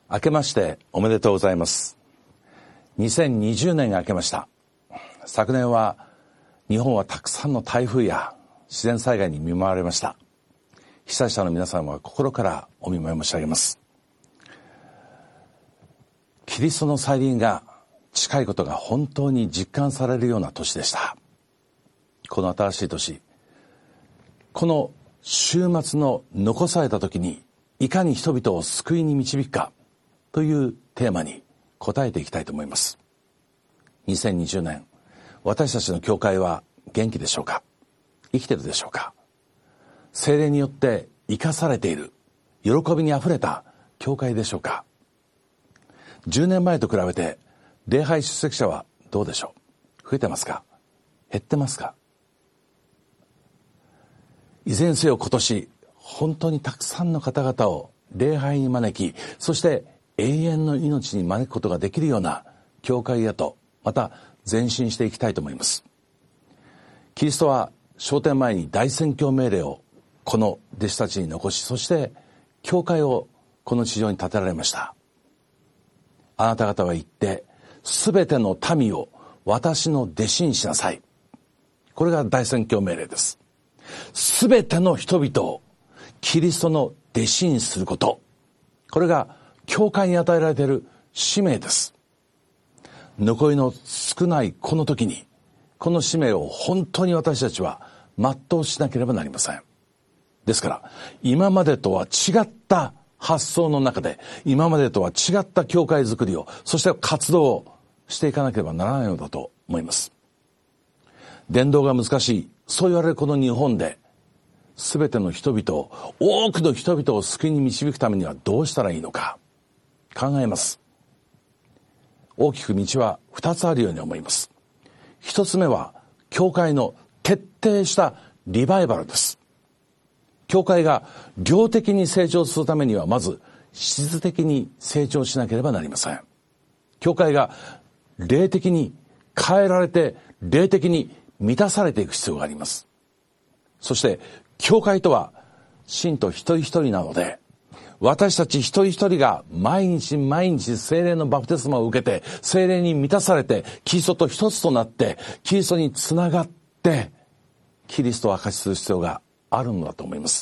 明けましておめでとうございます。2020年が明けました。昨年は日本はたくさんの台風や自然災害に見舞われました。被災者の皆さんは心からお見舞い申し上げます。キリストの再臨が近いことが本当に実感されるような年でした。この新しい年、この週末の残された時にいかに人々を救いに導くかというテーマに答えていきたいと思います。2020年、私たちの教会は元気でしょうか？生きてるでしょうか？聖霊によって生かされている、喜びにあふれた教会でしょうか？10年前と比べて礼拝出席者はどうでしょう？増えてますか？減ってますか？いずれにせよ今年本当にたくさんの方々を礼拝に招き、そして永遠の命に招くことができるような教会へとまた前進していきたいと思います。キリストは昇天前に大宣教命令をこの弟子たちに残し、そして教会をこの地上に建てられました。あなた方は言ってすべての民を私の弟子にしなさい。これが大宣教命令です。すべての人々をキリストの弟子にすること、これが教会に与えられている使命です。残りの少ないこの時にこの使命を本当に私たちは全うしなければなりません。ですから今までとは違った発想の中で、今までとは違った教会づくりを、そして活動をしていかなければならないのだと思います。伝道が難しい、そう言われるこの日本で全ての人々を、多くの人々を救いに導くためにはどうしたらいいのか考えます。大きく道は2つあるように思います。1つ目は教会の徹底したリバイバルです。教会が量的に成長するためにはまず質的に成長しなければなりません。教会が霊的に変えられて、霊的に満たされていく必要があります。そして教会とは信徒一人一人なので、私たち一人一人が毎日毎日聖霊のバプテスマを受けて、聖霊に満たされて、キリストと一つとなって、キリストにつながって、キリストを証しする必要があるのだと思います。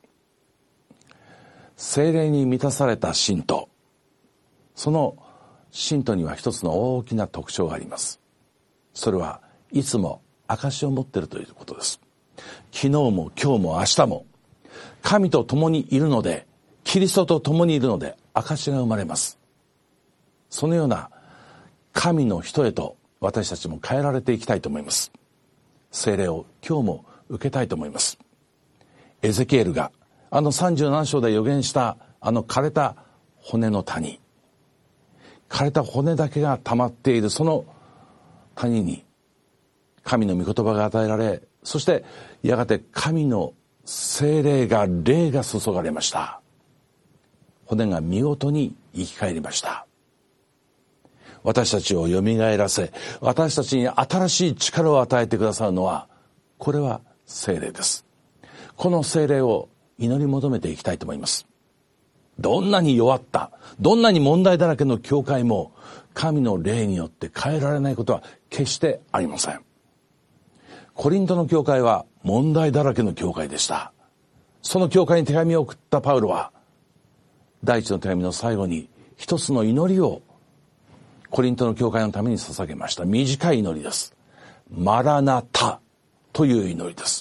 聖霊に満たされた信徒、その信徒には一つの大きな特徴があります。それはいつも証しを持っているということです。昨日も今日も明日も神と共にいるので、キリストと共にいるので証しが生まれます。そのような神の人へと私たちも変えられていきたいと思います。聖霊を今日も受けたいと思います。エゼキエルが37章で予言した枯れた骨の谷、枯れた骨だけが溜まっているその谷に神の御言葉が与えられ、そしてやがて神の聖霊が注がれました。骨が見事に生き返りました。私たちをよみがえらせ、私たちに新しい力を与えてくださるのは、これは聖霊です。この聖霊を祈り求めていきたいと思います。どんなに弱った、どんなに問題だらけの教会も、神の霊によって変えられないことは決してありません。コリントの教会は問題だらけの教会でした。その教会に手紙を送ったパウロは、第一の手紙の最後に一つの祈りをコリントの教会のために捧げました。短い祈りです。マラナタという祈りです。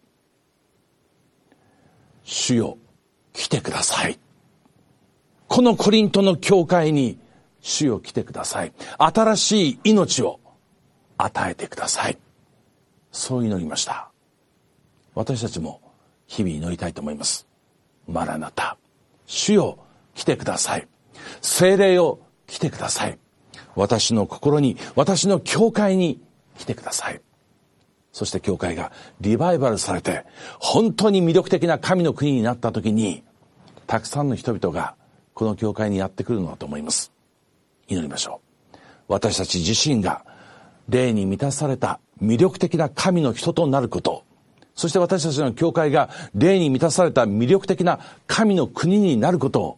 主よ、来てください。このコリントの教会に主よ来てください。新しい命を与えてください。そう祈りました。私たちも日々祈りたいと思います。マラナタ、主よ来てください。聖霊よ来てください。私の心に、私の教会に来てください。そして教会がリバイバルされて、本当に魅力的な神の国になった時に、たくさんの人々がこの教会にやってくるのだと思います。祈りましょう。私たち自身が霊に満たされた魅力的な神の人となること、そして私たちの教会が霊に満たされた魅力的な神の国になることを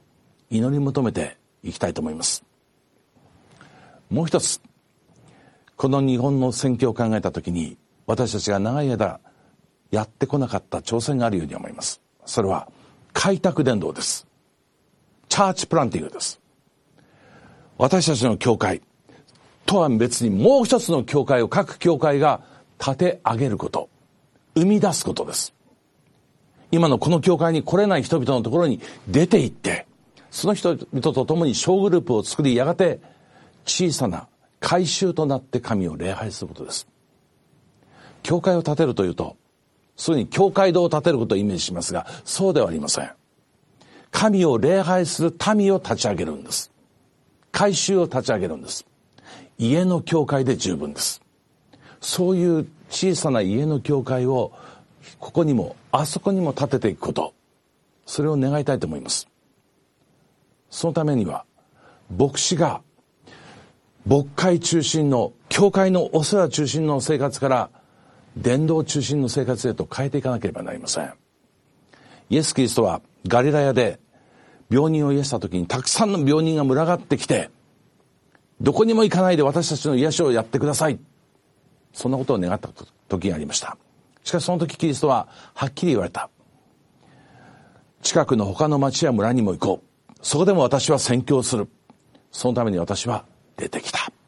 祈り求めていきたいと思います。もう一つ、この日本の選挙を考えたときに、私たちが長い間やってこなかった挑戦があるように思います。それは開拓伝道です。チャーチプランティングです。私たちの教会とは別にもう一つの教会を各教会が立て上げること、生み出すことです。今のこの教会に来れない人々のところに出て行って、その人々と共に小グループを作り、やがて小さな改宗となって神を礼拝することです。教会を建てるというと、すぐに教会堂を建てることをイメージしますが、そうではありません。神を礼拝する民を立ち上げるんです。改宗を立ち上げるんです。家の教会で十分です。そういう小さな家の教会をここにもあそこにも建てていくこと、それを願いたいと思います。そのためには牧師が牧会中心の教会のお世話中心の生活から伝道中心の生活へと変えていかなければなりません。イエス・キリストはガリラヤで病人を癒した時にたくさんの病人が群がってきて、どこにも行かないで私たちの癒しをやってください、そんなことを願った時がありました。しかしその時キリストははっきり言われた。近くの他の町や村にも行こう。そこでも私は宣教する。そのために私は出てきた。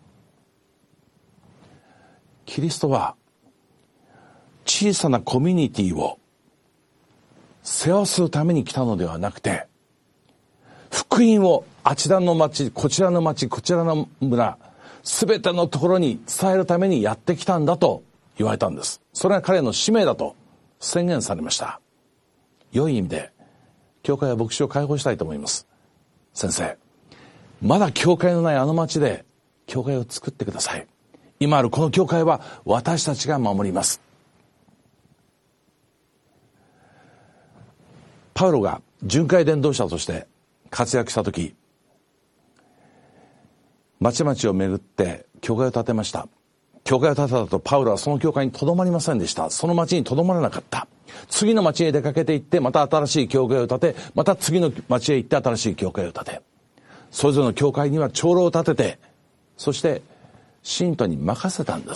キリストは小さなコミュニティを世話するために来たのではなくて、福音をあちらの町、こちらの町、こちらの村、すべてのところに伝えるためにやってきたんだと言われたんです。それが彼の使命だと宣言されました。良い意味で教会は牧師を解放したいと思います。先生、まだ教会のないあの町で教会を作ってください。今あるこの教会は私たちが守ります。パウロが巡回伝道者として活躍した時、町々を巡って教会を建てました。教会を建てたとパウロはその教会にとどまりませんでした。その町にとどまらなかった。次の町へ出かけて行って、また新しい教会を建て、また次の町へ行って新しい教会を建て、それぞれの教会には長老を立てて、そして信徒に任せたんです。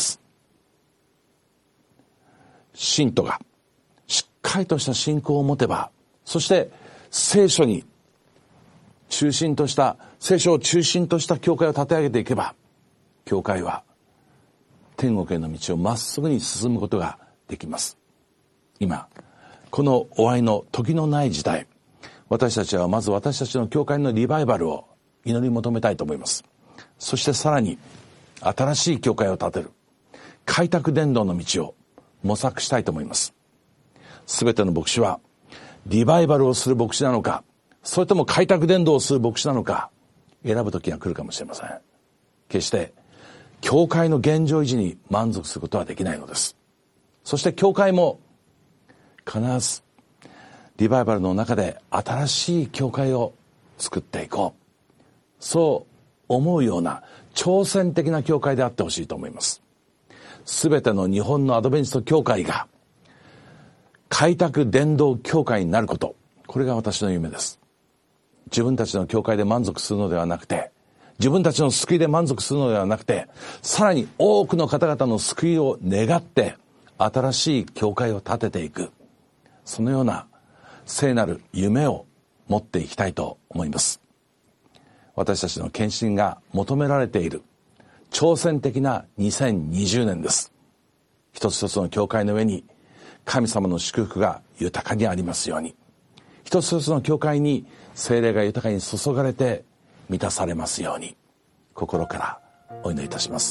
信徒がしっかりとした信仰を持てば、そして聖書を中心とした教会を立て上げていけば、教会は天国への道をまっすぐに進むことができます。今この終わりの時のない時代、私たちはまず私たちの教会のリバイバルを祈り求めたいと思います。そしてさらに新しい教会を建てる開拓伝道の道を模索したいと思います。すべての牧師はリバイバルをする牧師なのか、それとも開拓伝道をする牧師なのか、選ぶ時が来るかもしれません。決して教会の現状維持に満足することはできないのです。そして教会も必ずリバイバルの中で新しい教会を作っていこう、そう思うような挑戦的な教会であってほしいと思います。すべての日本のアドベンチスト教会が開拓伝道教会になること、これが私の夢です。自分たちの教会で満足するのではなくて、自分たちの救いで満足するのではなくて、さらに多くの方々の救いを願って新しい教会を建てていく、そのような聖なる夢を持っていきたいと思います。私たちの献身が求められている挑戦的な2020年です。一つ一つの教会の上に神様の祝福が豊かにありますように、一つ一つの教会に聖霊が豊かに注がれて満たされますように、心からお祈りいたします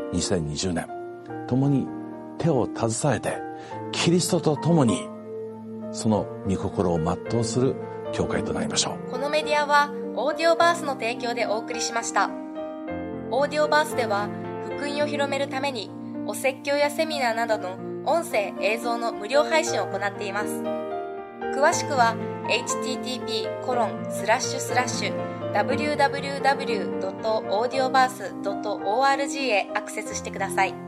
。2020年共に手を携えてキリストと共にその御心を全うする教会となりましょう。 このメディアはオーディオバースの提供でお送りしました。オーディオバースでは福音を広めるためにお説教やセミナーなどの音声映像の無料配信を行っています。詳しくは http://www.audioverse.org へアクセスしてください。